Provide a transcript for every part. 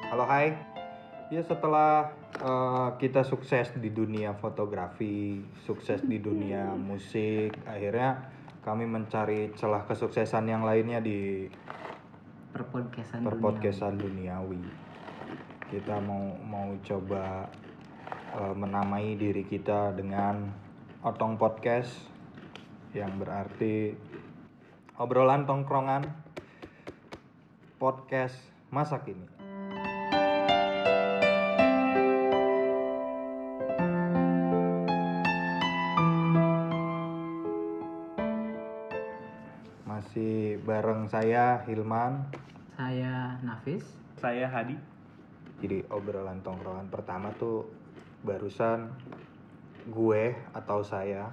Halo, hai. Ya, setelah kita sukses di dunia fotografi, sukses di dunia musik, akhirnya kami mencari celah kesuksesan yang lainnya di perpodcastan duniawi. Kita mau coba menamai diri kita dengan Otong Podcast, yang berarti obrolan tongkrongan podcast masa kini. Masih bareng saya Hilman, saya Nafis, saya Hadi. Jadi obrolan tongkrongan pertama tuh barusan gue atau saya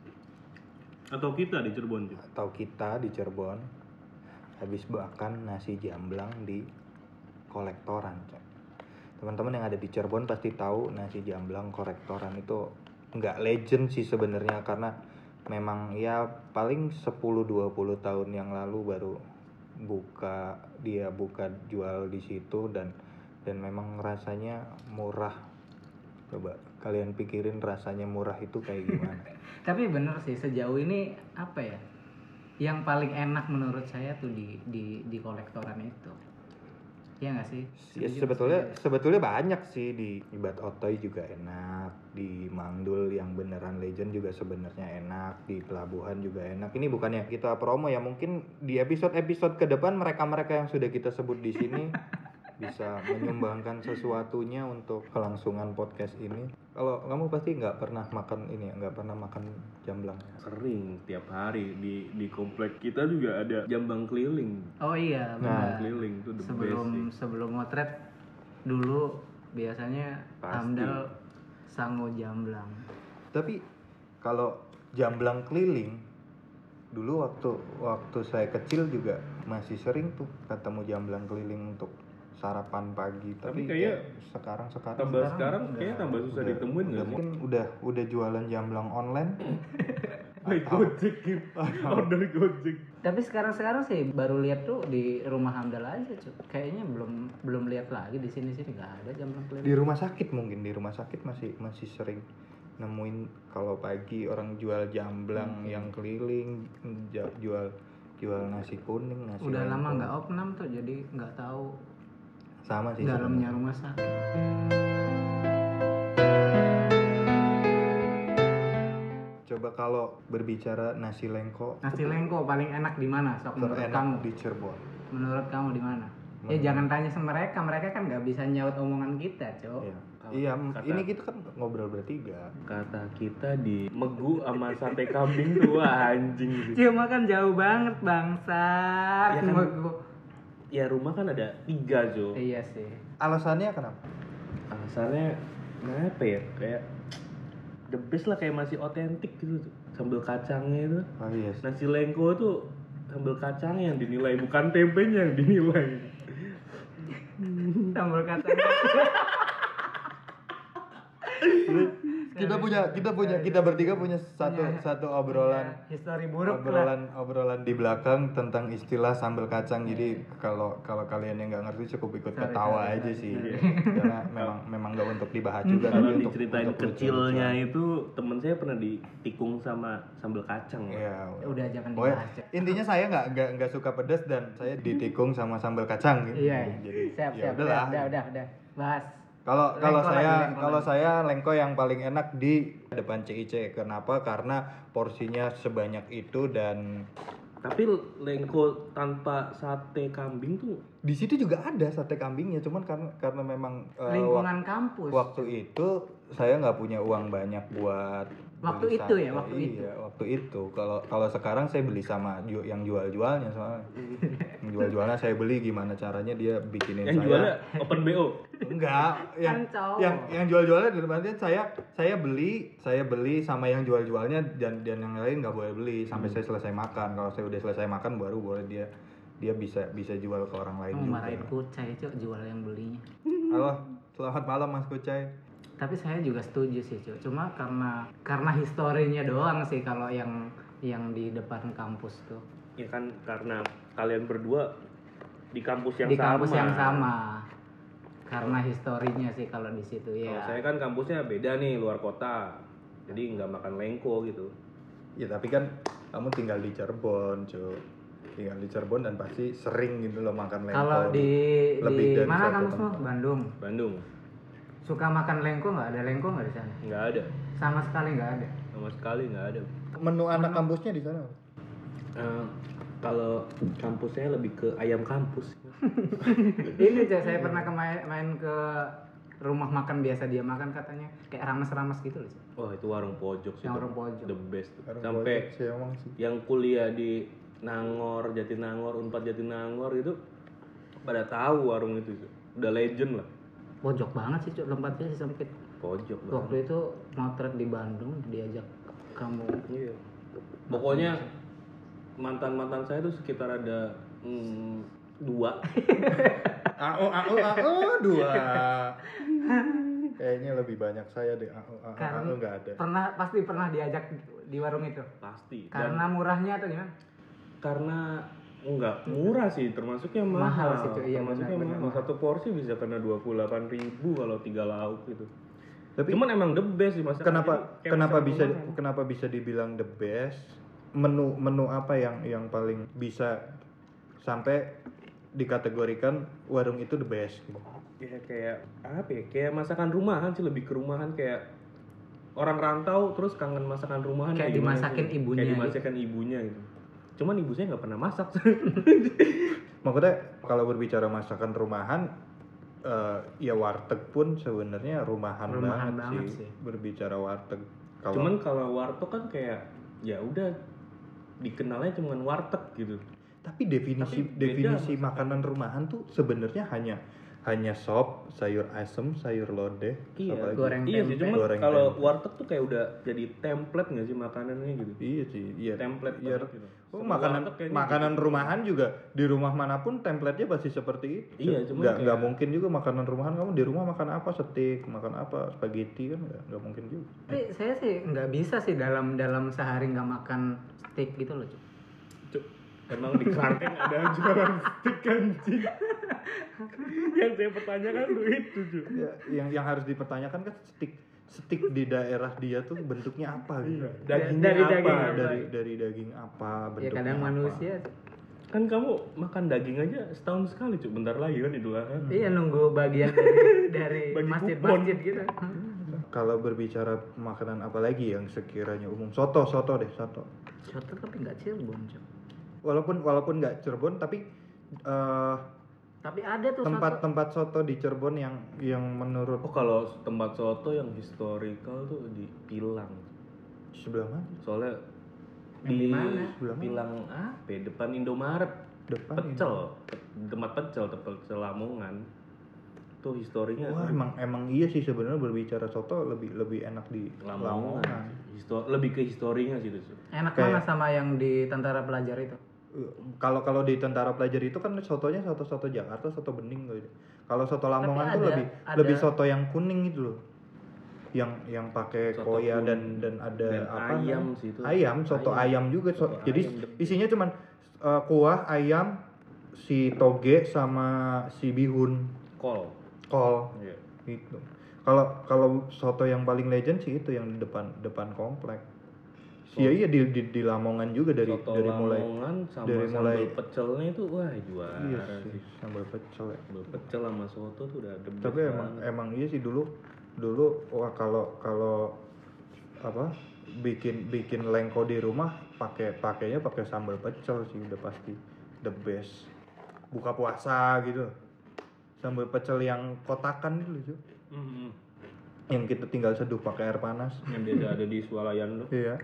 Atau kita di Cirebon juga. atau kita di Cirebon habis makan nasi jamblang di Kolektoran. Teman-teman yang ada di Cirebon pasti tahu nasi jamblang Kolektoran itu nggak legend sih sebenarnya, karena memang ya paling 10-20 tahun yang lalu baru buka jual di situ, dan memang rasanya murah. Coba kalian pikirin rasanya murah itu kayak gimana. tapi bener sih sejauh ini apa ya? Yang paling enak menurut saya tuh di Kolektoran itu. Iya nggak sih? Ya, Setuju. sebetulnya banyak sih, di Ibat Otoy juga enak, di Mangdul yang beneran legend juga sebenarnya enak, di Pelabuhan juga enak. Ini bukannya kita promo ya, mungkin di episode ke depan mereka yang sudah kita sebut di sini bisa menyumbangkan sesuatunya untuk kelangsungan podcast ini. Kalau kamu pasti nggak pernah makan jamblang. Sering tiap hari di komplek kita juga ada jambang keliling. Oh iya, Jambang benar. keliling itu the best sih. Sebelum motret dulu biasanya Pasti. Amdal sango jamblang. Tapi kalau jamblang keliling dulu waktu saya kecil juga masih sering tuh ketemu jamblang keliling untuk sarapan pagi. Tapi Tapi kayak sekarang Sekarang kayaknya tambah susah ditemuin nggak sih? mungkin udah jualan jamblang online. Baik Gojek gitu. Order Gojek. Tapi sekarang sih baru lihat tuh di rumah Amdal aja, Cuk. Kayaknya belum lihat lagi di sini nggak ada jamblang keliling. Di rumah sakit masih sering nemuin kalau pagi orang jual jamblang yang keliling, jual nasi kuning, nasi Udah lama lengkong. nggak opnam tuh, jadi nggak tahu Sama sih dalamnya sebenarnya. rumah sakit. Coba kalau berbicara nasi lengko Nasi lengko paling enak di mana? Sok menurut terenak kamu? di Cirebon. Menurut kamu di mana? Jangan tanya sama mereka kan nggak bisa nyaut omongan kita, Cok. Iya, Kata- ini kita kan ngobrol bertiga. Kata kita di Megu sama sate kambing tuh wah, anjing sih. Cuma kan jauh banget bangsa. Ya kan. Megu. Ya rumah kan ada 3 Jo. Iya sih. Alasannya kenapa? Alasannya kenapa ya? Kayak the best lah, kayak masih otentik gitu tuh. Sambal kacangnya itu. Oh iya sih. Nasi lengko tuh sambal kacangnya yang dinilai, bukan tempenya yang dinilai. Sambal kacang. Kita bertiga punya satu obrolan Histori buruk lah. obrolan di belakang tentang istilah sambal kacang. Jadi kalau kalian yang nggak ngerti cukup ikut ketawa aja sih. Karena memang nggak untuk dibahas juga, Kalau tapi diceritain untuk kecilnya itu temen saya pernah ditikung sama sambal kacang. Ya, Udah jangan pokoknya dibahas, Cok. intinya saya nggak suka pedas dan saya ditikung sama sambal kacang gitu. Iya. Jadi Siap. ya udahlah. Udah. Bahas. Kalau Lengko saya lengko yang paling enak di depan CIC. Kenapa? Karena porsinya sebanyak itu, dan Tapi lengko tanpa sate kambing tuh di situ juga ada sate kambingnya, cuman karena memang Lingkungan kampus. waktu itu saya nggak punya uang banyak buat Waktu beli itu sate. ya, waktu itu. Iya, waktu itu. Kalau sekarang saya beli sama yang jualnya soalnya. Yang jualnya saya beli, gimana caranya dia bikinin yang saya. jualnya open BO. Enggak, yang cowok. yang jual-jualnya di depannya saya beli sama yang jualnya, dan yang lain nggak boleh beli sampai saya selesai makan. Kalau saya udah selesai makan baru boleh dia bisa jual ke orang lain Kamu juga. marahin Kucai, Cok, jual yang belinya. Halo, selamat malam Mas Kucai. Tapi saya juga setuju sih, Cok. Cuma karena historinya doang sih kalau yang di depan kampus tuh. Ya kan karena kalian berdua di kampus yang Di sama. kampus yang sama. Karena historinya sih kalau di situ Kalau ya. saya kan kampusnya beda nih, luar kota. Jadi nggak makan lengko gitu. Ya tapi kan kamu tinggal di Cirebon, cuy. Tinggal di Cirebon dan pasti sering gitu loh makan lengko. Kalau di lebih dari mana satu kamu semua? tempat. Bandung. Bandung Suka makan lengko nggak? Ada lengko nggak di sana? nggak ada, Sama sekali nggak ada. sama sekali nggak ada. Menu anak kampusnya di sana. Kalau kampus saya lebih ke ayam kampus. Ini Cak, saya pernah main ke rumah makan biasa dia makan katanya kayak rames-rames gitu loh. Cak. Wah itu warung pojok sih. Yang warung pojok. The best. Warung Sampai pojok sih emang sih. yang kuliah di Nangor, Jatinangor, Unpad Jatinangor itu pada tahu warung itu. Udah legend lah. Pojok banget sih Cak, tempatnya sih sempit. Pojok banget. Waktu itu motret di Bandung diajak kamu. Iya. Pokoknya mantan saya tuh sekitar ada 2. Dua. Kayaknya lebih banyak saya deh. Karena Nggak ada. pasti pernah diajak di warung itu. Pasti. Karena murahnya atau gimana? Karena enggak murah sih, termasuknya mahal. Mahal sih, Cuk. Iya, termasuknya benar, mahal. benar. Satu porsi bisa kena 28.000 kalau 3 lauk gitu. Tapi Cuman emang the best sih masakan. kenapa Jadi kayak kenapa masakan bisa rumahan. kenapa bisa dibilang the best? Menu apa yang paling bisa sampai dikategorikan warung itu the best gitu. Ya kayak apa ya? Kayak masakan rumahan sih, lebih ke rumahan, kayak orang rantau terus kangen masakan rumahan Kayak gimana dimasakin sih? ibunya Kayak gitu. dimasakin ibunya gitu. Cuman ibu saya nggak pernah masak. Maksudnya kalau berbicara masakan rumahan ya warteg pun sebenarnya rumahan banget sih. Berbicara warteg. Cuman kalau warteg kan kayak ya udah dikenalnya cuman warteg gitu. Tapi definisi beda makanan rumahan tuh sebenarnya hanya sop, sayur asem, sayur lodeh, Iya, apa lagi? goreng iya sih, tempe. cuman Goreng kalau tempe. warteg tuh kayak udah jadi template nggak sih makanannya gitu. Iya sih, iya. Template Iya. banget gitu. Oh, Semua makanan warteg kayaknya makanan gitu. rumahan juga di rumah manapun template-nya pasti seperti itu. Iya, cuman nggak kayak- mungkin juga makanan rumahan kamu di rumah makan apa, steak, makan apa, spaghetti kan nggak mungkin juga. Tapi saya sih nggak bisa sih dalam sehari nggak makan steak gitu loh. Cuk. Cuk, emang di Kerangkeng ada jualan stick anjing. Yang saya pertanyakan tuh itu Cuk. Ya, yang harus dipertanyakan kan steak di daerah dia tuh bentuknya apa gitu. Dagingnya Dari apa? daging apa? Dari daging apa, Ya bentuknya kadang apa. manusia. Kan kamu makan daging aja setahun sekali Cuk. Bentar lagi kan Idul Adha. Iya nunggu bagian dari Bagi masjid-masjid gitu. Kalau berbicara makanan apa lagi yang sekiranya umum, soto deh. Soto tapi nggak Cirebon, Cuk. Walaupun nggak Cirebon tapi Tapi ada tuh soto. tempat soto di Cirebon yang menurut Oh kalau tempat soto yang historical tuh di Pilang. sebelah mana? Soalnya Yang di mana? Sebelah mana? Pilang apa? Ya? Depan Indomaret. Depan Pecel. Tempat pecel Lamongan. Tuh historinya. Wah emang iya sih sebenarnya berbicara soto lebih enak di Lamongan. Lamongan. Lebih ke historinya sih itu. Enak Kayak- mana sama yang di Tentara Pelajar itu? Kalau di Tentara Pelajar itu kan sotonya soto Jakarta, soto bening gitu. Kalau soto Lamongan tuh ada- lebih ada- soto yang kuning gitu loh. Yang pakai Soto koya kuning. dan ada Dan apa ayam namanya? sih itu. Ayam, soto ayam juga. Soto Jadi ayam the best. isinya cuman kuah ayam, si toge sama si bihun Kol. Iya. gitu. Kalau soto yang paling legend sih itu yang di depan komplek. Iya di Lamongan juga dari Soto mulai Lamongan sama dari sambal mulai- pecelnya itu wah juara iya sih. sih sambal pecel ya. Sambal pecel sama soto tuh udah the best Tapi banget. emang iya sih dulu wah kalau apa bikin lengko di rumah pakainya pakai sambal pecel sih udah pasti the best. Buka puasa gitu. Sambal pecel yang kotakan gitu Cuk. Mhm. Yang kita tinggal seduh pakai air panas. Yang biasa ada di swalayan tuh. Iya.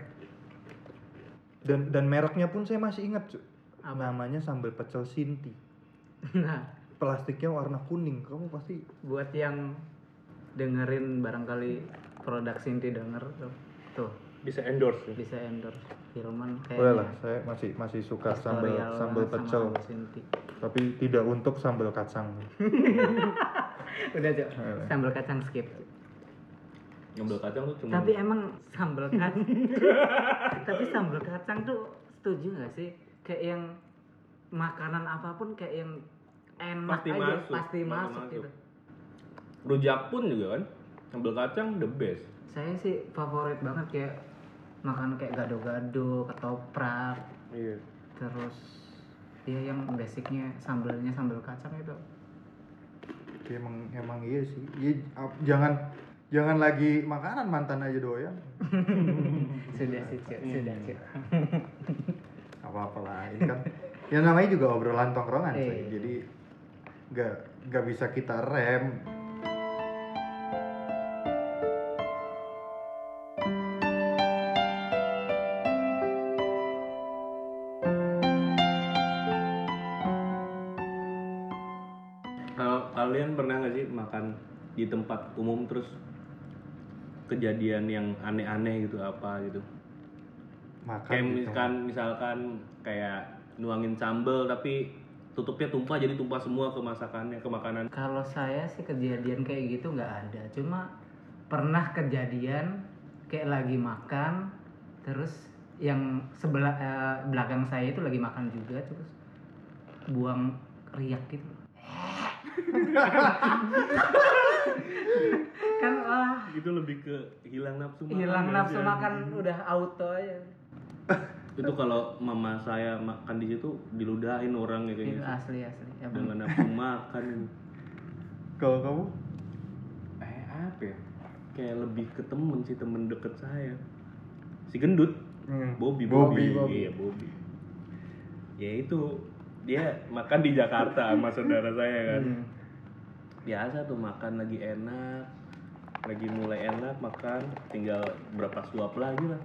Dan mereknya pun saya masih ingat, Cuk. Apa? Namanya sambal pecel Sinti. Nah, Plastiknya warna kuning. Kamu pasti buat yang dengerin barangkali produk Sinti denger tuh Bisa endorse ya. bisa endorse Hilman boleh lah. kayaknya Saya masih suka sambal historial sambal banget sama pecel, sambal Sinti. tapi tidak untuk sambal kacang. Udah Cok, Boleh. sambal kacang skip. Sambal kacang tuh cuma Tapi emang sambal kacang tapi sambal kacang tuh setuju gak sih kayak yang makanan apapun kayak yang enak Pasti aja masuk, pasti bakal masuk masuk. gitu. Rujak pun juga kan, sambal kacang the best. Saya sih favorit banget kayak makan kayak gado-gado, ketoprak, Iya. terus ya yang basicnya sambalnya sambal kacang itu. Ya, emang iya sih. Jangan lagi makanan mantan aja doyan. Sudah sih, Cuk. Sudah, Cuk. Apa-apa lah, ini kan ya namanya juga obrolan tongkrongan Iya. sih. Jadi nggak bisa kita rem. Kalau kalian pernah nggak sih makan di tempat umum terus kejadian yang aneh-aneh gitu apa gitu? Makan Kayak gitu. misalkan kayak nuangin sambel tapi tutupnya tumpah jadi tumpah semua ke masakannya, ke makanan. Kalau saya sih kejadian kayak gitu nggak ada. Cuma pernah kejadian kayak lagi makan, terus yang sebelah belakang saya itu lagi makan juga, terus buang riak gitu. Kan Itu lebih ke hilang nafsu makan. hilang nggak nafsu sih, makan anjing? udah auto aja. Itu kalau mama saya makan di situ diludahin orang ya Itu kayaknya. asli. Emang Dengan nafsu makan. Kalau kamu? Apa ya? Kayak lebih ke temen deket saya. Si gendut. Bobby. Iya, Bobby. Ya itu dia makan di Jakarta sama saudara saya kan. Biasa tuh makan lagi enak, lagi mulai enak makan, tinggal berapa suap lagi lah.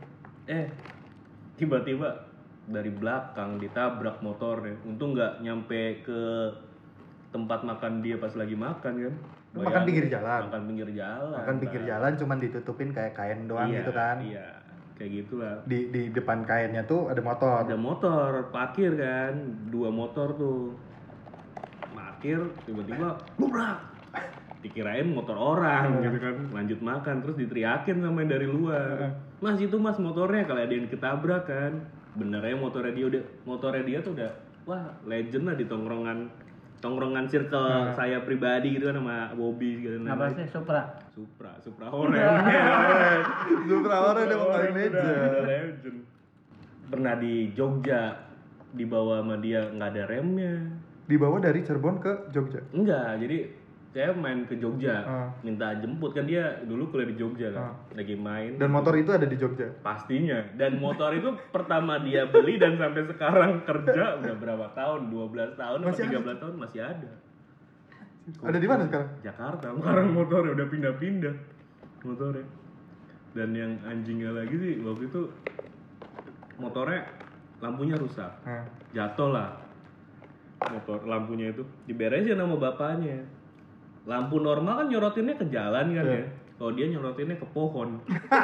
Tiba-tiba dari belakang ditabrak motornya. Untung nggak nyampe ke tempat makan dia pas lagi makan kan. Makan pinggir jalan. Makan pinggir jalan. Makan pinggir jalan cuman ditutupin kayak kain doang Iya, gitu kan. Iya, kayak gitulah. Di depan kainnya tuh ada motor. Ada motor parkir kan, 2 motor tuh parkir, tiba-tiba bubrak, dikirain motor orang gitu kan, lanjut makan terus diteriakin sama yang dari luar, mas itu mas motornya, kalau ada yang ketabrak kan, benernya motornya dia tuh udah wah legend lah di tongkrongan circle saya pribadi gitu kan sama Bobby gitu kan. apa sih Supra? Supra Oren. Supra Oren udah paling legend. Pernah di Jogja dibawa sama dia nggak ada remnya. Dibawa dari Cirebon ke Jogja. Enggak, jadi saya main ke Jogja, minta jemput kan dia dulu kuliah di Jogja kan, lagi main. Dan motor itu ada di Jogja. Pastinya. Dan motor itu pertama dia beli dan sampai sekarang kerja udah berapa tahun? 12 tahun atau 13 tahun masih ada. Ada di mana sekarang? Jakarta, sekarang motornya udah pindah-pindah motornya. Dan yang anjingnya lagi sih waktu itu motornya lampunya rusak, jatuh lah motor lampunya itu, diberesin sama bapaknya. Lampu normal kan nyorotinnya ke jalan kan ya, kalau dia nyorotinnya ke pohon.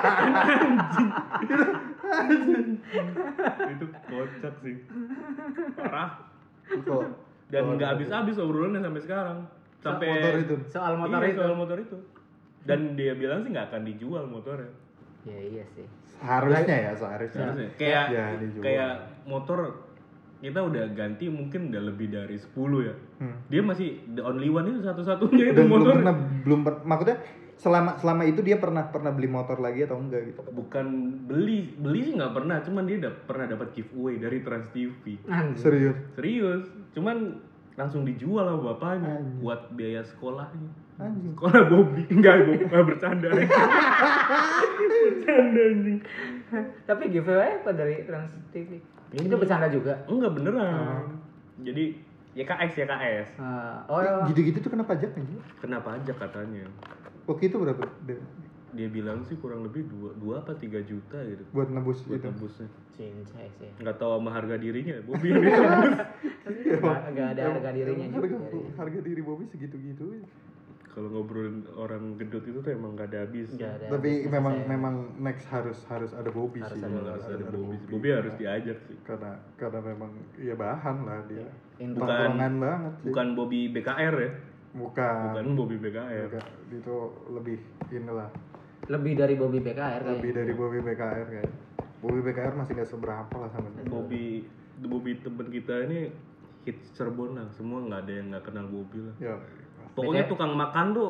Anjing. Itu kocak sih, parah. Dan nggak habis-habis obrolannya sampai sekarang. Sampai Soal motor iya, itu. soal motor itu. Dan dia bilang sih nggak akan dijual motornya. Ya iya sih. Seharusnya. Seharusnya. Kayak motor kita udah ganti mungkin udah lebih dari 10 ya. Dia masih the only one itu satu-satunya itu Dan motor. maksudnya selama itu dia pernah beli motor lagi atau enggak gitu? Bukan beli sih nggak pernah, cuman dia pernah dapat giveaway dari Trans TV. Serius? Cuman langsung dijual sama bapaknya buat biaya sekolahnya. Anjing. Sekolah Bobby. Enggak bercanda. Bercanda anjing. Tapi giveaway apa dari Trans TV? Itu bercanda juga? Enggak beneran. Jadi YKS. Gitu-gitu tuh kena pajak nih? Kena pajak katanya. Waktu itu berapa? Dia bilang sih kurang lebih 2 apa 3 juta gitu. Buat nebus Buat itu. nebusnya. Cincai sih. Enggak tahu sama harga dirinya, Bobby yang ditebus. Enggak ada harga dirinya juga. Harga diri Bobby segitu-gitu. Kalau ngobrolin orang gendut itu tuh emang gak ada habis. Tapi memang next harus ada Bobby sih. Harus ada Bobby. Bobby harus diajak sih. Karena memang ya bahan lah dia. Tongkrongan banget sih. Bukan Bobby BKR ya? Bukan Bobby BKR. Itu lebih inilah. Lebih dari Bobby BKR kayaknya. Lebih dari Bobby BKR kayak. Bobby BKR masih gak seberapa lah sama dia. Bobby temen kita ini hits Cirebon lah. Semua nggak ada yang nggak kenal Bobby lah. Ya. Pokoknya tukang makan tuh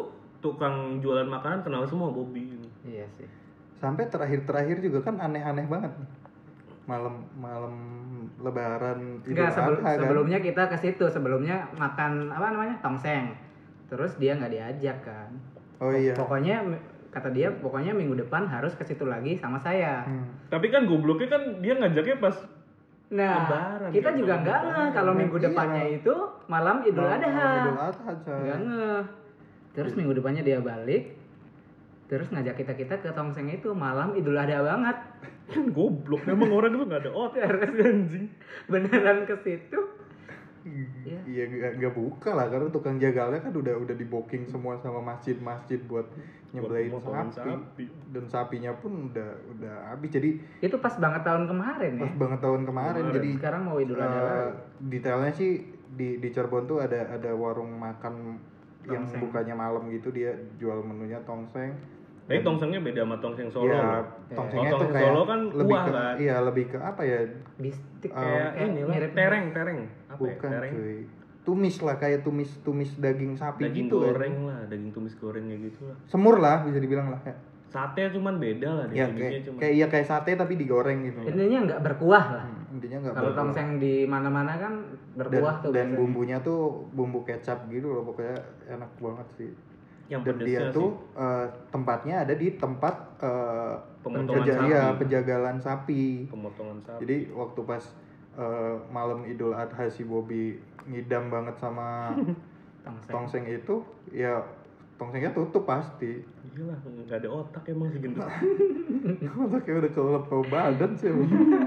tukang jualan makanan kenal semua Bobby. Iya sih. Sampai terakhir juga kan aneh-aneh banget nih. Malam Lebaran Idul Enggak, Adha kan. sebelumnya kita ke situ, sebelumnya makan apa namanya? Tongseng. Terus dia nggak diajak kan. Oh iya. Pokoknya kata dia pokoknya minggu depan harus ke situ lagi sama saya. Tapi kan gobloknya kan dia ngajaknya pas Nah, Lebaran, kita kan? juga nggak ngeh kalau minggu Iya. depannya itu malam Idul Malam Adha. Idul Adha, coy. Nggak ngeh. Terus minggu depannya dia balik, terus ngajak kita ke Tongseng itu malam Idul Adha banget. kan goblok emang orang itu nggak ada otak anjing. Beneran ke situ. Iya. Iya nggak buka lah karena tukang jagalnya kan udah di booking semua sama masjid buat nyembelih Buat sapi. sapi. Dan sapinya pun udah habis, jadi Itu pas banget tahun kemarin ya. pas banget tahun kemarin. Jadi Sekarang mau Idul Adha lagi. detailnya sih di Cirebon tuh ada warung makan yang Tongseng. bukanya malam gitu, dia jual menunya tongseng. Tapi tongsengnya beda sama tongseng Solo. Iya, loh. tongsengnya Kalau tuh tongseng kayak Solo kan lebih kuah ke kan. iya lebih ke apa ya? Bistik Kayak ini lah, mirip tereng. Apa Bukan ya? Tereng. cuy. Tumis lah, kayak tumis daging sapi Daging gitu kan. goreng lah, daging tumis gorengnya gitu lah. Semur lah bisa dibilang lah ya. Sate cuman beda lah Ya definisinya cuma. kayak sate tapi digoreng gitu. Intinya nggak berkuah lah. Intinya nggak Kalau berkuah. tongseng di mana-mana kan berkuah tuh. Dan biasanya. bumbunya tuh bumbu kecap gitu loh, pokoknya enak banget sih. Yang Dan dia pedesnya tuh sih tempatnya ada di tempat pemotongan sapi. penjagalan sapi. Pemotongan sapi. Jadi waktu pas malam Idul Adha si Bobby ngidam banget sama tongseng itu, ya tongsengnya tutup pasti. Gila, nggak ada otak emang sih gitu. Kayak udah kelelep ke badan sih. emang.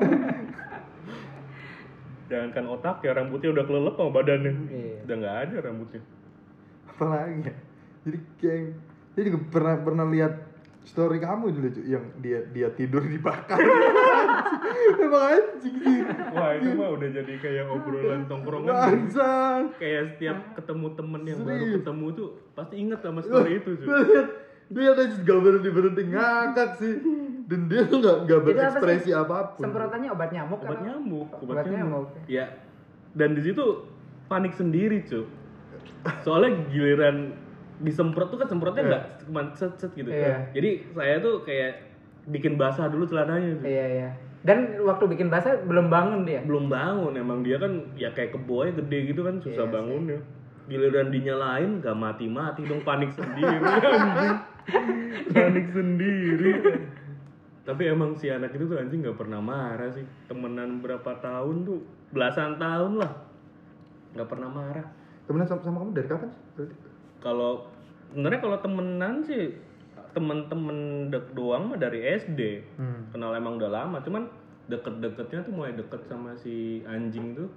Jangankan otak ya, rambutnya udah kelelep sama badannya. Iya. Udah nggak ada rambutnya. Apalagi ya. Jadi kayak dia juga pernah lihat story kamu dulu cuy, yang dia tidur dibakar. Emang anjing sih. Wah itu mah udah jadi kayak obrolan tongkrongan. Bangsat. Kayak setiap ketemu temen yang baru Serius? ketemu tuh pasti inget sama story itu cuy. Dia aja gak berhenti ngakak sih. Dan dia tuh gak Itu apa berekspresi sih? apapun. Semprotannya obat nyamuk Obat kan? nyamuk, Obat nyamuk. Ya, dan di situ panik sendiri cuy. Soalnya giliran disemprot tuh kan semprotnya nggak cuma set gitu. Iya. Jadi saya tuh kayak bikin basah dulu celananya cuy. Iya iya. Dan waktu bikin basah belum bangun dia. Belum bangun, emang dia kan ya kayak keboy gede gitu kan, susah Iya, bangunnya. Giliran dinyalain gak mati-mati dong, panik sendiri anjing. Panik sendiri. Tapi emang si anak itu tuh anjing gak pernah marah sih. Temenan berapa tahun tuh, belasan tahun lah, gak pernah marah. Temenan sama kamu dari kapan sih? Berarti? Kalau sebenarnya kalau temenan sih temen-temen doang mah dari SD. Kenal emang udah lama, cuman deket-deketnya tuh mulai deket sama si anjing tuh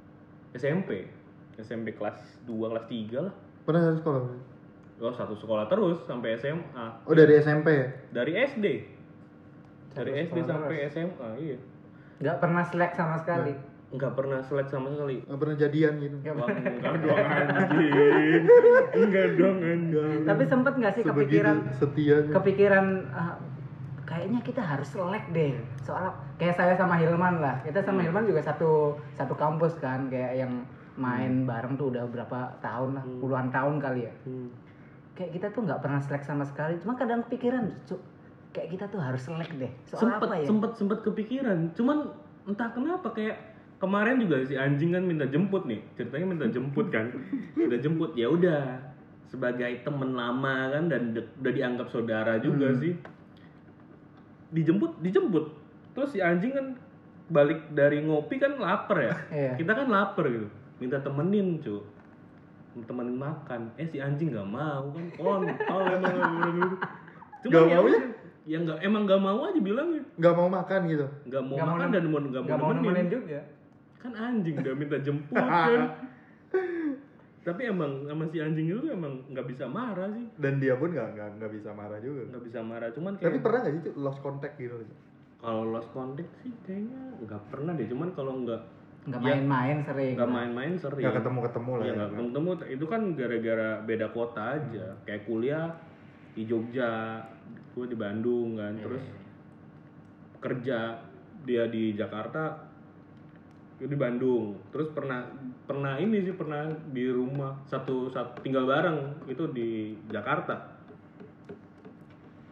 SMP kelas 2, kelas 3 lah. Pernah satu sekolah? Oh, satu sekolah terus sampai SMA. Oh dari SMP ya? Dari SD. Dari Satu SD sekolah sampai terus. SMA, iya. Nggak pernah selek sama sekali. Nggak pernah selek sama sekali. Gak pernah jadian gitu? Wah, enggak dong anjing. Enggak dong anjing. Tapi sempet nggak sih Sebegitu kepikiran setianya. kepikiran kayaknya kita harus selek deh. Soalnya kayak saya sama Hilman lah. Kita sama Hilman juga satu kampus kan, kayak yang main bareng tuh udah berapa tahun lah, puluhan tahun kali ya. Kayak kita tuh nggak pernah selek sama sekali. Cuma kadang kepikiran, Cuk, kayak kita tuh harus selek deh. Soal apa ya? Sempet kepikiran. Cuman entah kenapa kayak kemarin juga si anjing kan minta jemput nih. Ceritanya minta jemput kan. Udah jemput, ya udah. Sebagai temen lama kan dan udah dianggap saudara juga sih. Dijemput. Terus si anjing kan balik dari ngopi kan lapar ya. Iya. Kita kan lapar gitu. Minta temenin, cu. Temenin makan. Si anjing nggak mau kan. Kontol emang orang itu. Cuma Nggak ya mau udah. Ya emang nggak mau aja bilangnya. Gak mau makan gitu? Nggak mau Nggak mau makan dan nggak nggak mau mau nemenin. nemenin juga. Kan anjing udah minta jemput kan. Tapi emang sama si anjing itu emang nggak bisa marah sih. Dan dia pun gak bisa marah juga. Nggak bisa marah. Cuman Tapi kayak pernah gak sih Cuk, lost contact gitu? kalau lost contact sih kayaknya nggak pernah deh. Cuman kalau nggak Nggak ya, main-main sering. nggak main-main sering. Gak ketemu-ketemu lah Ya ya? nggak ketemu. Itu kan gara-gara beda kota aja. Kayak kuliah di Jogja, gue di Bandung kan. Terus kerja dia di Jakarta, gue di Bandung. Terus pernah ini sih, pernah di rumah satu tinggal bareng itu di Jakarta.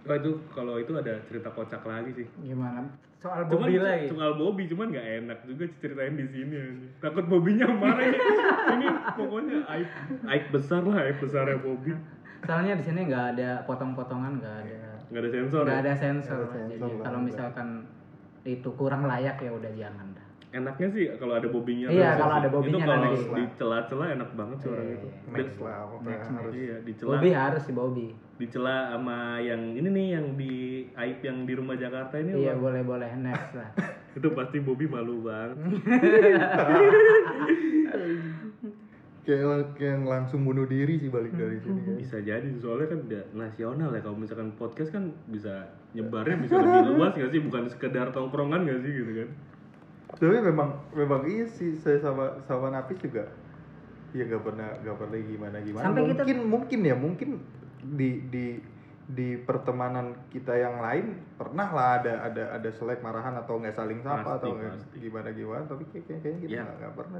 Wah itu kalau itu ada cerita kocak lagi sih. Gimana? Soal Cuman Bobby lagi. soal Bobby cuman nggak enak juga ceritain di sini aja. Takut Bobbynya marah ini. Ini pokoknya aib besar lah, aib besarnya Bobby. Soalnya di sini nggak ada potong-potongan, nggak ada Sensor. nggak Ya? ada sensor. Nggak ada sensor Jadi lah, kalau udah. misalkan itu kurang layak ya udah jangan dah. Enaknya sih kalau ada Bobbynya. Iya, terus kalau sih. ada Bobbynya itu kalau nanti. di celah-celah enak banget sih orang Iya, itu. iya. Max lah pokoknya Max. harus. Iya, dicela. Bobby harus sih Bobby. Dicela sama yang ini nih yang di aib yang di rumah Jakarta ini. Iya Bang. boleh next lah. Itu pasti Bobby malu banget. Kayak yang langsung bunuh diri sih balik dari sini kan. Bisa jadi soalnya kan udah nasional ya, kalau misalkan podcast kan bisa nyebarnya bisa lebih luas nggak sih, bukan sekedar tongkrongan nggak sih gitu kan. Tapi memang iya sih, saya sama Napis juga ya gak pernah gimana Sampai kita- mungkin di pertemanan kita yang lain pernah lah ada selek marahan atau nggak saling sapa Pasti, atau nggak pasti. gimana tapi kayaknya kita Ya, nggak pernah.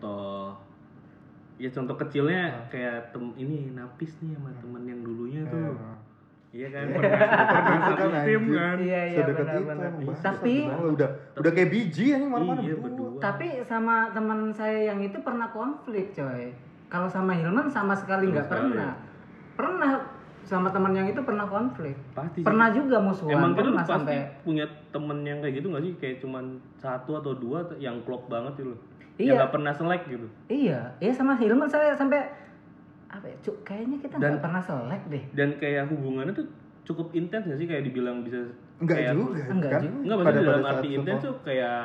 contoh kecilnya kayak ini Napis nih sama temen yang dulunya tuh. Iya kan, pernah Itu satu tim anjir. kan. Iya Sedekat benar, itu benar. emang, Tapi- bangsat, udah kayak biji anjing mana-mana Iya, berdua. berdua. Tapi sama teman saya yang itu pernah konflik coy. Kalau sama Hilman sama sekali nggak Sama sekali. pernah. Pernah sama teman yang itu pernah konflik. Pasti sih. Pernah juga musuhan. Emang kita pernah pasti sampai punya temen yang kayak gitu nggak sih, kayak cuman satu atau dua yang klop banget gitu loh. Iya. Yang nggak pernah selek gitu. iya sama Hilman saya sampai apa ya, kayaknya kita Dan- nggak pernah selek deh. Dan kayak hubungannya tuh cukup intens nggak sih, kayak dibilang bisa Enggak kayak, juga Enggak kan. juga. Enggak, maksudnya dalam saat arti intens itu- tuh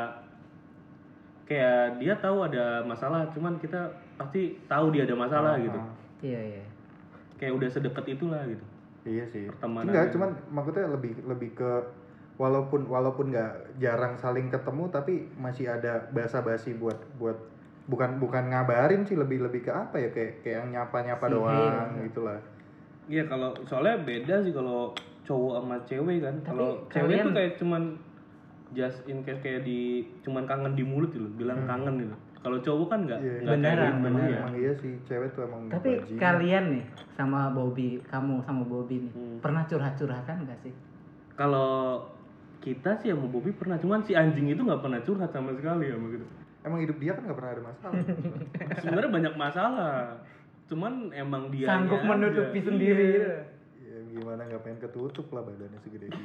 kayak dia tahu ada masalah, cuman kita pasti tahu dia ada masalah gitu. Iya. Kayak udah sedekat itulah gitu. Iya sih. Pertemanan Enggak, yang- cuman maksudnya lebih ke walaupun nggak jarang saling ketemu tapi masih ada basa-basi buat bukan ngabarin sih, lebih ke apa ya, kayak yang nyapa Si doang hey. gitulah. Iya, kalau soalnya beda sih kalau cowok sama cewek kan. Tapi Kalau cewek kalian- tuh kayak cuman just in case, kayak cuman kangen di mulut gitu, bilang kangen gitu. Kalau cowok kan nggak Iya. nggak kayak Beneran, gitu. beneran. Iya. Emang iya sih, cewek tuh emang Tapi bajingan. kalian nih sama Bobby, kamu sama Bobby nih Hmm. pernah curhat-curhatan nggak sih? Kalau kita sih sama Bobby pernah, cuman si anjing itu nggak pernah curhat sama sekali sama gitu. Emang hidup dia kan nggak pernah ada masalah. Sebenarnya banyak masalah, cuman emang dia Sanggup menutupi sendiri. Ya gimana, nggak pengen ketutup lah badannya segede gitu.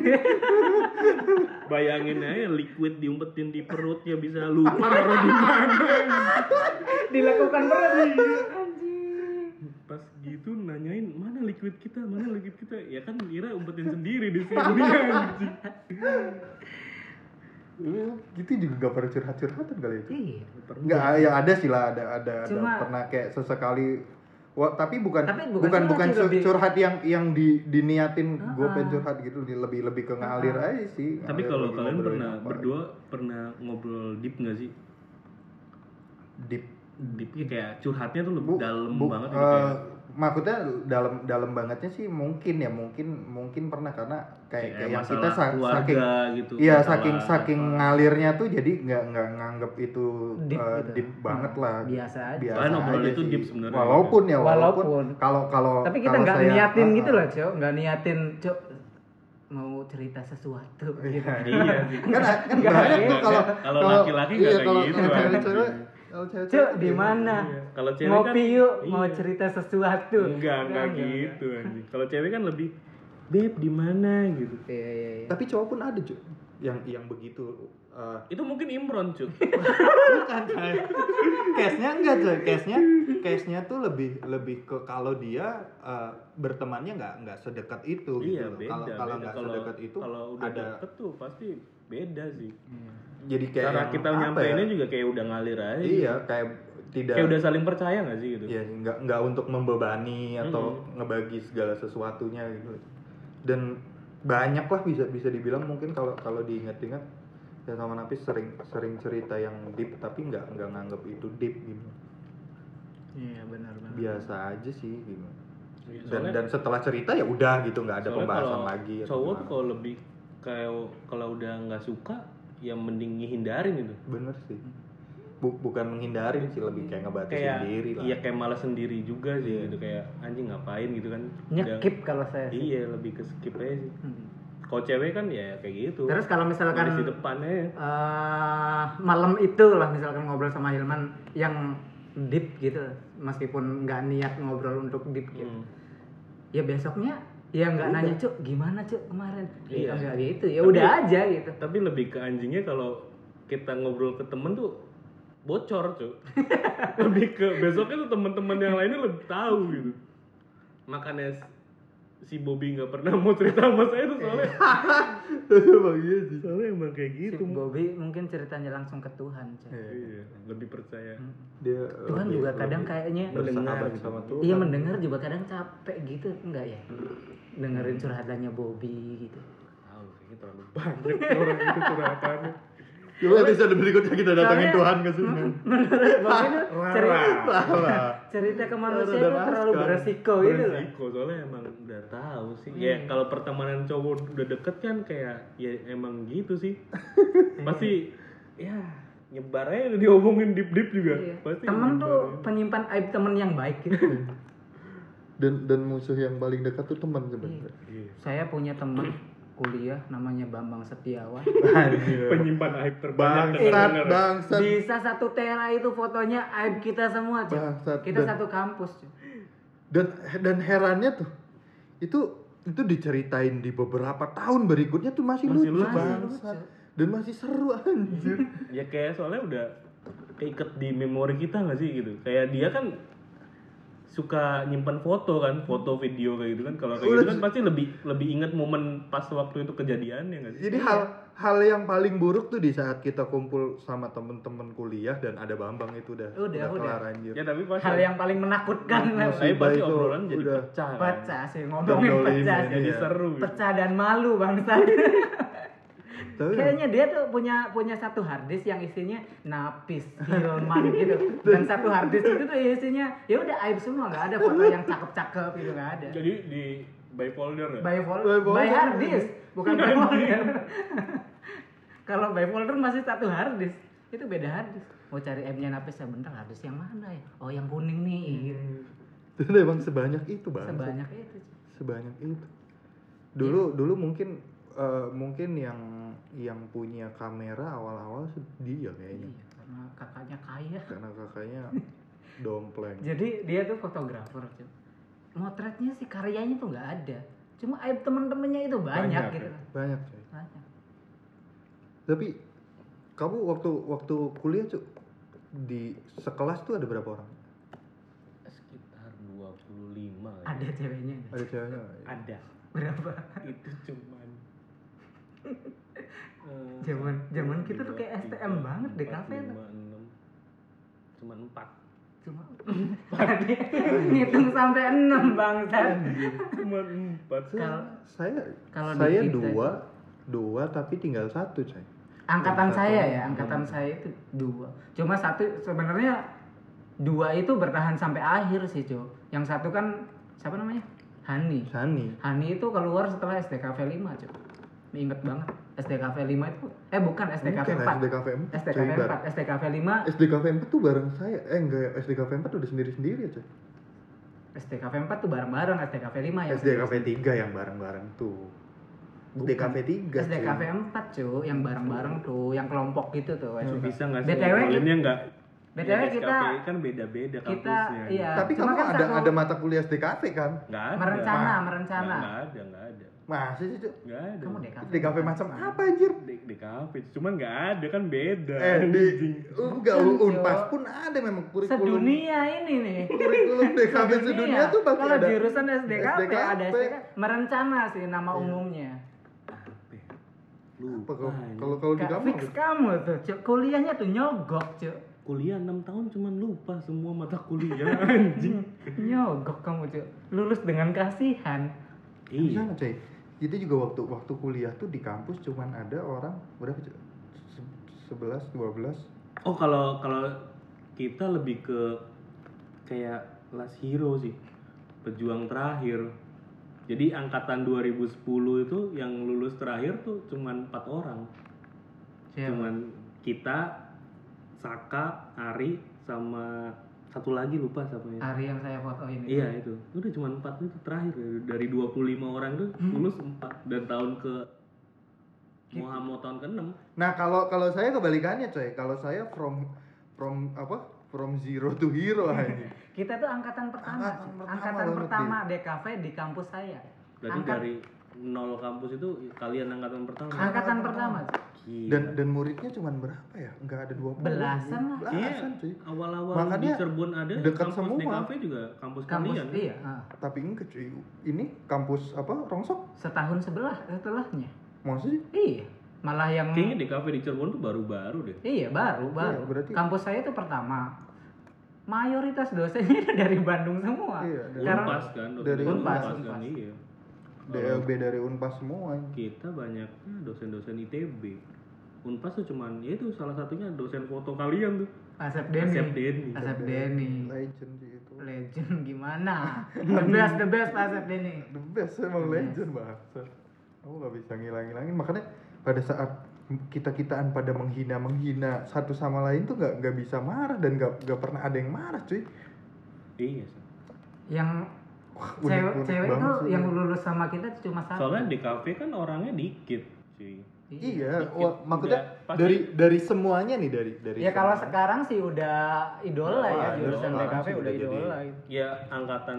Bayangin aja liquid diumpetin di perutnya bisa lupa naruh di mana. Dilakukan berat. Pas gitu nanyain mana liquid kita, ya kan Ira umpetin sendiri di sini anjing. Gitu juga nggak pernah curhat-curhatan kali itu. Iya. Nggak, ya ada sih lah, ada Cuma- pernah kayak sesekali. Wah, tapi bukan curhat sih, lebih- curhat yang diniatin gue pengen curhat gitu, lebih ke ngalir aja sih. Tapi Ngalir kalau lagi kalian ngobrolin pernah apa. berdua pernah ngobrol deep nggak sih? Deep Deepnya kayak curhatnya tuh lebih Bu- dalam bu- banget gitu eh, kayak. maksudnya dalam bangetnya sih mungkin pernah, karena kayak yang kita masalah keluarga saking gitu. iya masalah saking apa. ngalirnya tuh jadi nggak nganggep itu Deep gitu. deep banget lah. Biasa aja. Soalnya ngobrol aja itu sih. deep sebenarnya. Walaupun Walaupun. kalau Tapi kita kalau nggak saya- niatin gitu loh, Cok. Nggak niatin, Cok, mau cerita sesuatu gitu. Iya sih. kan Nggak, banyak tuh iya. kalau Kalau laki-laki nggak kayak kalau gitu, kalau anjing. cewek-cewek Cok, di mana? Iya. Kalau cewek Ngopi kan, yuk, iya. mau cerita sesuatu. Enggak gitu anjing. Kalau cewek kan lebih beb di mana gitu. Iya. tapi cowok pun ada cuy yang begitu. Itu mungkin Imron, Cuk. Bukan coy. Case-nya enggak coy. Case-nya tuh lebih ke kalau dia bertemannya nggak sedekat itu Iya, gitu. beda. Kalau beda. nggak sedekat itu kalau udah ada, deket tuh pasti beda sih. jadi kayak Cara yang kita apa nyampeinnya ya? juga kayak udah ngalir aja. Iya, kayak tidak Kayak udah saling percaya nggak sih gitu? ya nggak untuk membebani atau ngebagi segala sesuatunya gitu. Dan banyak lah bisa dibilang mungkin kalau diingat-ingat ya sama Napis sering cerita yang deep tapi nggak nganggap itu deep gitu. Iya, benar. Biasa aja sih gitu. Iya, Dan soalnya- dan setelah cerita ya udah gitu, nggak ada Soalnya pembahasan kalau lagi atau cowok tuh gimana. kalau lebih kayak kalau udah nggak suka ya mending ngehindarin gitu. Bener sih. bukan menghindarin sih, lebih kayak ngebatasin kayak diri lah. iya kayak malas sendiri juga sih gitu, kayak anjing ngapain gitu kan. Nyekip kalau saya sih. Iya, lebih ke skip aja sih. Hmm. Kalau cewek kan ya kayak gitu. Terus kalau misalkan Baris di depannya. malam itu lah misalkan ngobrol sama Hilman yang deep gitu, meskipun nggak niat ngobrol untuk deep gitu, ya besoknya ya nggak nanya Cuk gimana Cuk kemarin, Iya. nggak gitu, ya Tapi- udah aja gitu. Tapi lebih ke anjingnya kalau kita ngobrol ke temen tuh bocor cuy. Lebih ke besoknya tuh teman-teman yang lainnya lebih tahu gitu. Makanya si Bobby nggak pernah mau cerita sama saya tuh soalnya. Emang iya sih. Soalnya emang kayak Si gitu. Bobby mungkin ceritanya langsung ke Tuhan Cuk. Iya, lebih percaya. Dia Tuhan lebih- juga kadang lebih kayaknya bersahabat gitu. sama Tuhan. iya mendengar juga kadang capek gitu, enggak ya, dengerin curhatannya Bobby gitu. Tahu kayaknya terlalu banyak orang itu curhatannya. Coba episode berikutnya kita datangin Soalnya- Tuhan ke sini. Menurut Bobby tuh cerita, Lah. cerita ke manusia Udah itu terlalu naskah. beresiko gitu loh. Beresiko, soalnya emang udah tahu sih. Ya kalau pertemanan cowok udah deket kan kayak ya emang gitu sih. Pasti ya nyebarnya diomongin deep juga. Iya. Pasti Temen tuh nyebarin. penyimpan aib temen yang baik gitu. Dan musuh yang paling dekat tuh teman sebenarnya. Iya. Saya punya temen kuliah namanya Bambang Setiawan. Penyimpan aib terbanyak. Bangsat. Bisa 1 tera itu fotonya aib kita semua, Cuk. Bangsat. Kita Dan- satu kampus, Cuk. Dan herannya tuh itu diceritain di beberapa tahun berikutnya tuh masih lucu lucu. bangsat. Dan masih seru anjir. Ya kayak soalnya udah keiket di memori kita nggak sih gitu. Kayak dia kan suka nyimpan foto kan, foto video kayak gitu kan. Kalau kayak gitu kan pasti lebih inget momen pas waktu itu kejadiannya nggak sih? Jadi hal yang paling buruk tuh di saat kita kumpul sama temen-temen kuliah dan ada Bambang itu udah Udah. kelar anjir. Ya tapi pas Hal yang paling menakutkan lah. tapi musibah pasti itu obrolan jadi udah pecah. Kan? Pecah sih, ngomongin Dolimin pecah. ini. Jadi Iya. seru. Gitu. Pecah dan malu bangsa. Tapi Kayaknya dia tuh punya satu harddisk yang isinya Napis, Hilman gitu. Dan satu harddisk itu tuh isinya ya udah aib semua, nggak ada foto yang cakep-cakep itu nggak ada. Jadi di by folder ya? By By folder. harddisk, bukan by folder. Kalau by folder masih satu harddisk, itu beda harddisk. Mau cari aibnya Napis ya bentar, harddisk yang mana ya? Oh yang kuning nih. itu emang sebanyak itu bang. Sebanyak itu. Sebanyak itu. Dulu mungkin yang punya kamera awal-awal sih dia kayaknya. Iya, karena kakaknya kaya. Karena kakaknya dompleng. Jadi dia tuh fotografer, Cuk. Motretnya sih karyanya tuh nggak ada. Cuma aib temen-temennya itu banyak Banyak, gitu. ya. Banyak coy. Banyak. Tapi kamu waktu kuliah Cuk, di sekelas tuh ada berapa orang? Sekitar 25 ya. Ada ceweknya. nggak? Ada ceweknya nggak? Ada. Berapa? Itu cuman Zaman kita tuh kayak STM banget deh kafe tuh. 5, 6 cuman 4. Cuma tadi ngitung sampai 6 bangsat. Cuman 4. Kalau Saya di kita dua tapi tinggal satu coy. Angkatan Satu. saya ya, angkatan saya itu 2. Cuma satu sebenarnya 2 itu bertahan sampai akhir sih, Cuk. Yang satu kan siapa namanya? Hani. Hani itu keluar setelah SDKV 5, Cuk. Ingat banget. SDKV 5 itu bukan SDKV 4. SDKV 4. SDKV 4, SDKV 5. SDKV 4 tuh bareng saya. Enggak, SDKV 4 udah sendiri-sendiri ya coy. SDKV 4 tuh bareng-bareng, SDKV 5 ya. SDKV 3 yang bareng-bareng tuh. SDKV 3 SDKV 4, Cuk, yang bareng-bareng tuh, yang kelompok gitu tuh. Bisa nggak sih? BTW Ngobrilinnya nggak? BTW Ya, kita SKPI kan beda-beda kita kampusnya. iya. Tapi Cuma kamu kan ada satu- ada mata kuliah SDKV kan? Nggak ada. merencana. Nggak ada. Masih sih Cuk. Nggak ada. Kamu DKV. SDKV macam apa anjir? Di kafe, cuman nggak ada kan beda. Di enggak Bukan, Unpas Cuk. pun ada memang kurikulum. Sedunia ini nih. Kurikulum DKV sedunia tuh pasti Kalau ada. jurusan SDKV ada SDKV. merencana sih nama umumnya. Apa Lupa. kalau di Gak kamu? fix kamu tuh, Cuk. Kuliahnya tuh nyogok, Cuk. Kuliah 6 tahun cuman lupa semua mata kuliah anjing. Nyogok kamu, Cuk. Lulus dengan kasihan. Iya. Sama coy. Itu juga waktu kuliah tuh di kampus cuman ada orang berapa Cuk? 11, 12. Oh kalau kita lebih ke kayak last hero sih, pejuang terakhir. Jadi angkatan 2010 itu yang lulus terakhir tuh cuman 4 orang. Siapa? Cuman kita Saka, Ari, sama satu lagi lupa siapa ya. Hari yang saya fotoin itu. Iya itu. Udah cuma 4 itu terakhir dari 25 orang tuh lulus 4 dan tahun ke mau tahun ke-6. Nah, kalau saya kebalikannya, coy. Kalau saya from zero to hero aja. Kita tuh angkatan pertama. Angkatan banget, pertama DKV di kampus saya. Berarti dari 0 kampus itu kalian angkatan pertama. Angkatan pertama. Gila. Dan muridnya cuma berapa ya? Enggak ada 20. Belasan lah. Belasan, cuy. Awal-awal Makanya di Cirebon ada dekat kampus semua. DKV juga kampus Kampus kalian. iya. Tapi enggak, cuy. Ini kampus apa? Rongsok? Setahun setelahnya. Maksudnya? Iya. Malah yang Kayaknya DKV di Cirebon tuh baru-baru deh. iya baru. Iya, berarti- Kampus saya itu pertama. Mayoritas dosennya itu dari Bandung semua. Iya, dari- Karena Unpas kan, dari Unpas, kan, Unpas. iya. DLB dari Unpas semua. Kita banyaknya dosen-dosen ITB. Unpas tuh cuman ya itu salah satunya dosen foto kalian tuh. Asep Denny. Asep Denny. Legend sih itu. Legend gimana? The best Pak Asep Denny. The best emang legend bahasa. Kamu gak bisa ngilang-ngilangin. Makanya pada saat kita-kitaan pada menghina satu sama lain tuh nggak bisa marah dan nggak pernah ada yang marah, cuy. Iya sih. Yang Unik-unik cewek banget tuh sih. yang lulus sama kita cuma satu. Soalnya di kafe kan orangnya dikit, cuy. Iya, Dikit. wah, maksudnya Udah, pasti. dari semuanya nih dari Ya kalau semua. sekarang sih udah idola ya, Wah, jurusan sekarang DKV sih udah udah jadi- idola. Ya angkatan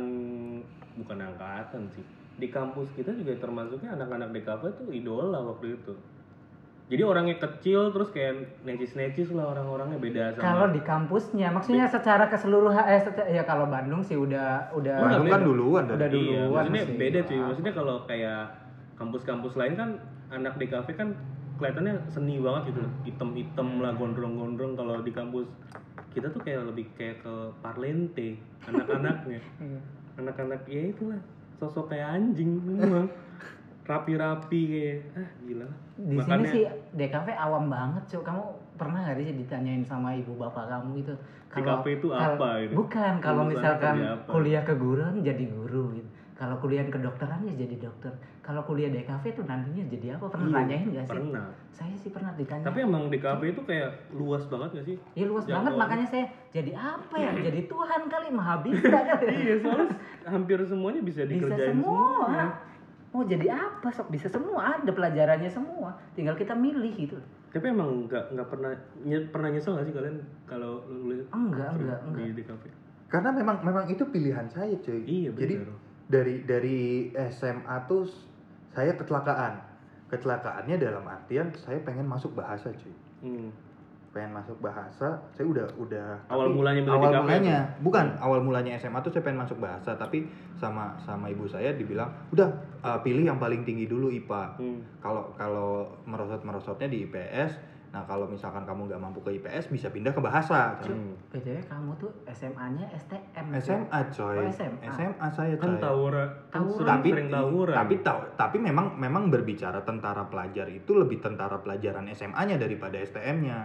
bukan angkatan sih. Di kampus kita juga termasuknya anak-anak DKV tuh idola waktu itu. Jadi orangnya kecil terus kayak necis-necis lah orang-orangnya beda sama. Kalau di kampusnya, maksudnya secara keseluruhan ya kalau Bandung sih udah Bandung kan beda. duluan Udah dari Iya, duluan maksudnya sih. beda cuy. Maksudnya kalau kayak kampus-kampus lain kan anak DKV kan kelihatannya seni banget gitu. Hitam-hitam lah, gondrong-gondrong. Kalau di kampus kita tuh kayak lebih kayak ke Parlente anak-anaknya. Iya. Anak-anak ya itulah sosok kayak anjing semua. Rapi-rapi kayak gila. Di sini sih DKV awam banget, Cuk. Kamu pernah nggak sih ditanyain sama ibu bapak kamu itu DKV itu apa itu? Bukan, kalau Lulusannya misalkan kerja apa? kuliah keguruan jadi guru gitu. Kalau kuliah kedokteran ya jadi dokter. Kalau kuliah DKV itu nantinya jadi apa? Pernah Iya, nanyain nggak sih? pernah. Saya sih pernah ditanya. Tapi emang DKV itu kayak luas banget gak sih? Ya luas banget, Jangkauan. makanya saya jadi apa ya? Jadi Tuhan kali, maha bisa kali. Iya, soalnya hampir semuanya bisa Bisa dikerjain semua. Mau jadi apa sok bisa semua, ada pelajarannya semua. Tinggal kita milih gitu. Tapi emang nggak pernah nyesel nggak sih kalian kalau lulus Enggak. di DKV? Karena memang itu pilihan saya, cuy. Iya, Jadi benar. dari SMA tuh saya kecelakaan. Kecelakaannya dalam artian saya pengen masuk bahasa, cuy. Pengen masuk bahasa, saya udah Awal mulanya milih awal DKV mulanya bukan awal mulanya SMA tuh saya pengen masuk bahasa, tapi sama ibu saya dibilang udah pilih yang paling tinggi dulu IPA. Kalau merosotnya di IPS. Nah kalau misalkan kamu nggak mampu ke IPS bisa pindah ke bahasa. BTW kamu tuh SMA-nya STM. SMA coy. Oh, SMA. SMA saya Kan coy. tawuran, sering tawuran. Tapi memang berbicara tentara pelajar itu lebih tentara pelajaran SMA-nya daripada STM-nya.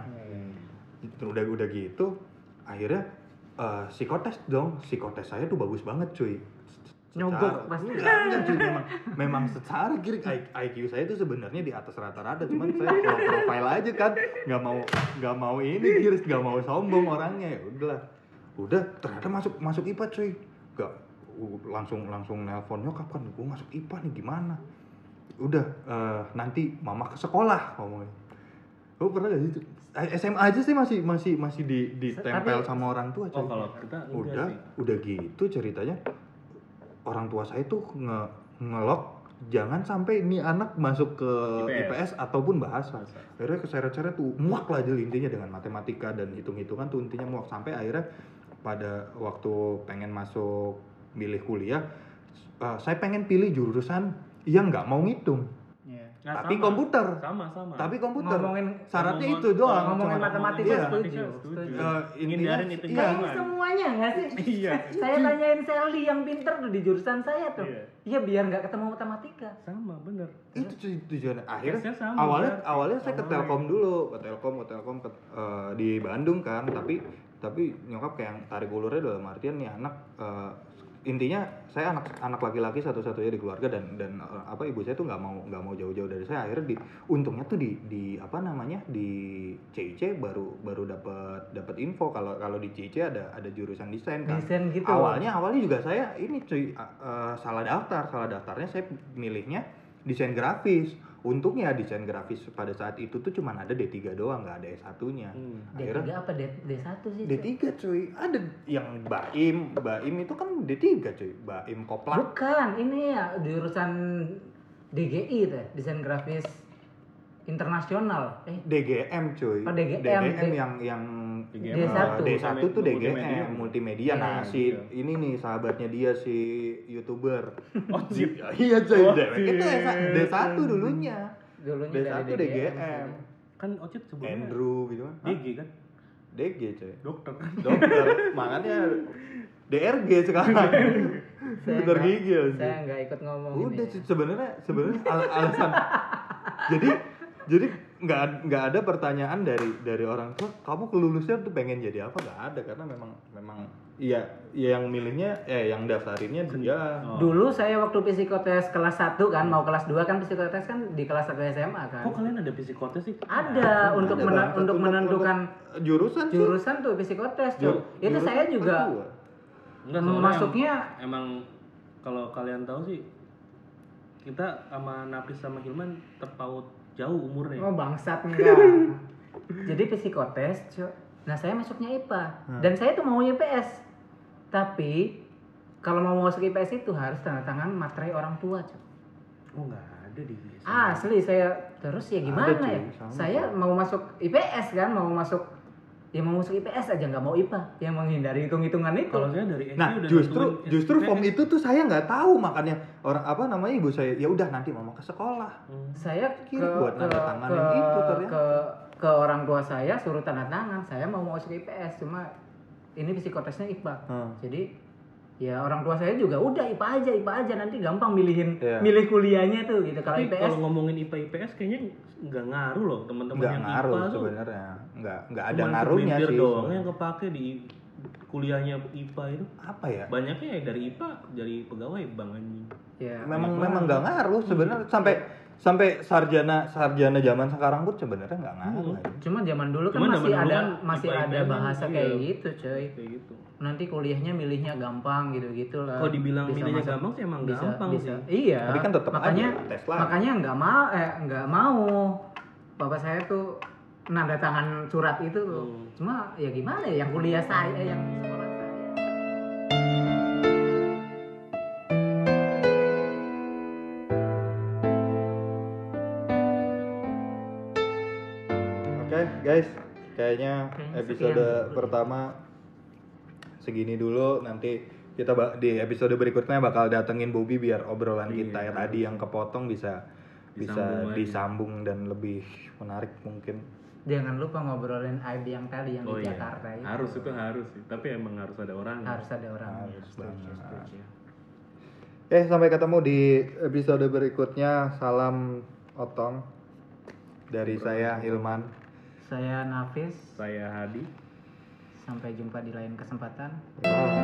Udah gitu akhirnya psikotes saya tuh bagus banget cuy. Nyogok pasti. Enggak cuy, memang secara kiri IQ saya tuh sebenarnya di atas rata-rata, cuman saya low profile aja kan, nggak mau ini kiris, nggak mau sombong orangnya. Ya udah ternyata masuk IPA cuy. Nggak langsung nelpon nyokap kan, gue masuk IPA nih gimana? Udah nanti mama ke sekolah ngomongin. Oh pernah gak sih? SMA aja sih masih ditempel sama orang tua cuy. Oh kalau kita enggak sih. Udah gitu ceritanya. Orang tua saya tuh ngelok jangan sampai ini anak masuk ke IPS ataupun bahasa. Akhirnya keseret-seret tuh muak lah aja intinya dengan matematika dan hitung-hitungan tuh intinya muak, sampai akhirnya pada waktu pengen masuk milih kuliah, saya pengen pilih jurusan yang nggak mau ngitung. Nah, Tapi sama. komputer. Sama. Tapi komputer. Ngomongin- syaratnya ngomong- itu doang. ngomongin Cuma- matematika iya. setuju. Hindarin itu iya. Ini semuanya nggak sih? Iya. Saya tanyain Sally yang pinter tuh di jurusan saya tuh. Iya. Iya biar nggak ketemu matematika. Sama, bener. Itu tujuannya. Akhirnya Tesnya sama, awalnya saya ke Awalnya. Telkom dulu, ke Telkom di Bandung kan, tapi nyokap kayak yang tarik ulurnya dalam artian nih anak intinya saya anak laki-laki satu-satunya di keluarga dan ibu saya tuh nggak mau jauh-jauh dari saya. Akhirnya untungnya tuh di apa namanya di CIC baru dapat info kalau di CIC ada jurusan desain kan. Desain gitu. Awalnya juga saya ini cuy salah daftarnya saya milihnya desain grafis. Untungnya desain grafis pada saat itu tuh cuma ada D3 doang, nggak ada S1-nya. D3 apa D1 sih? D3 cuy, ada yang Baim itu kan D3 cuy, Baim Koplang. Bukan, ini ya jurusan DGI teh, desain grafis internasional. DGM cuy. Oh, DGM. yang D1. D1 tuh DGM multimedia. Nah, Iya, si ini nih sahabatnya dia si YouTuber. Oh, Cip. Iya cuy, Oh, itu Cip. D1 dulunya. Dulunya D1 dari DGM. Kan Ocit sebelumnya Andrew gitu kan. DG kan? DG cuy. Dokter. Dokter, makanya DRG sekarang. Dokter gigi sih. Saya nggak ikut ngomong Udah ini. sebenarnya alasan. jadi nggak ada pertanyaan dari orang tua kamu kelulusnya tuh pengen jadi apa, nggak ada, karena memang iya yang milihnya yang daftarinnya dia. Oh. Dulu saya waktu psikotes kelas 1 kan, mau kelas 2 kan psikotes kan di kelas 1 SMA kan. Kok kalian ada psikotes sih? Ada untuk menentukan jurusan tuh psikotes tuh. Itu jurusan saya juga kedua. Enggak, soalnya masuknya emang kalau kalian tahu sih kita sama Nafis sama Hilman terpaut jauh umurnya. oh bangsat enggak. Jadi psikotes, Cuk. Nah, saya masuknya IPA dan saya tuh mau IPS. Tapi kalau mau masuk IPS itu harus tanda tangan materai orang tua, Cuk. Oh, enggak ada di SMA. Asli saya terus ya gimana Ada, cuy, ya? sama. Saya mau masuk IPS kan, mau masuk IPS aja nggak mau IPA, yang menghindari hitung-hitungan itu. Kalau saya dari SD Nah, udah justru nentuin form IPS. itu tuh saya nggak tahu, makanya ibu saya ya udah nanti mama ke sekolah. Saya Kira buat nanda tanganin itu ternyata. ke orang tua saya suruh tanda tangan, saya mau masuk IPS, cuma ini psikotesnya IPA. Jadi ya orang tua saya juga udah IPA aja nanti gampang milih kuliahnya tuh gitu. Kalau Tapi IPS kalau ngomongin IPA IPS kayaknya nggak ngaruh loh teman-teman Nggak yang ngaruh IPA tuh. sebenarnya, nggak ada Cuman ngaruhnya segelintir sih. doang sebenarnya. yang kepake di kuliahnya IPA itu. Apa ya? Banyaknya ya dari IPA jadi pegawai bank anjing. ya Memang nggak ngaruh sebenarnya, sampai sarjana zaman sekarang pun sebenarnya nggak ngaruh. cuma zaman dulu kan Cuman masih zaman dulu ada kan masih IPA ada bahasa iya. kayak gitu, coy. Kayak gitu. Nanti kuliahnya milihnya gampang gitu-gitu lah. Kalau dibilang Bisa milihnya masuk- gampang sih emang bisa, gampang bisa. sih. Iya. Tapi kan tetep makanya aja tes lagi. makanya nggak mau. Bapak saya tuh nanda tangan surat itu tuh. Cuma ya gimana ya, yang kuliah saya, yang sekolah saya. Oke, guys, kayaknya Kayaknya episode sekian. pertama segini dulu. Nanti kita di episode berikutnya bakal datengin Bobby biar obrolan kita ya tadi yang kepotong bisa Disambung lagi. disambung dan lebih menarik mungkin. Jangan lupa ngobrolin aib yang tadi yang di iya. Jakarta itu. Harus itu harus sih. Tapi emang harus ada orang. Harus ada orang. Harus banget. Setuju. Sampai ketemu di episode berikutnya. Salam Otong dari saya Hilman. Saya Nafis. Saya Hadi. Sampai jumpa di lain kesempatan. Bye.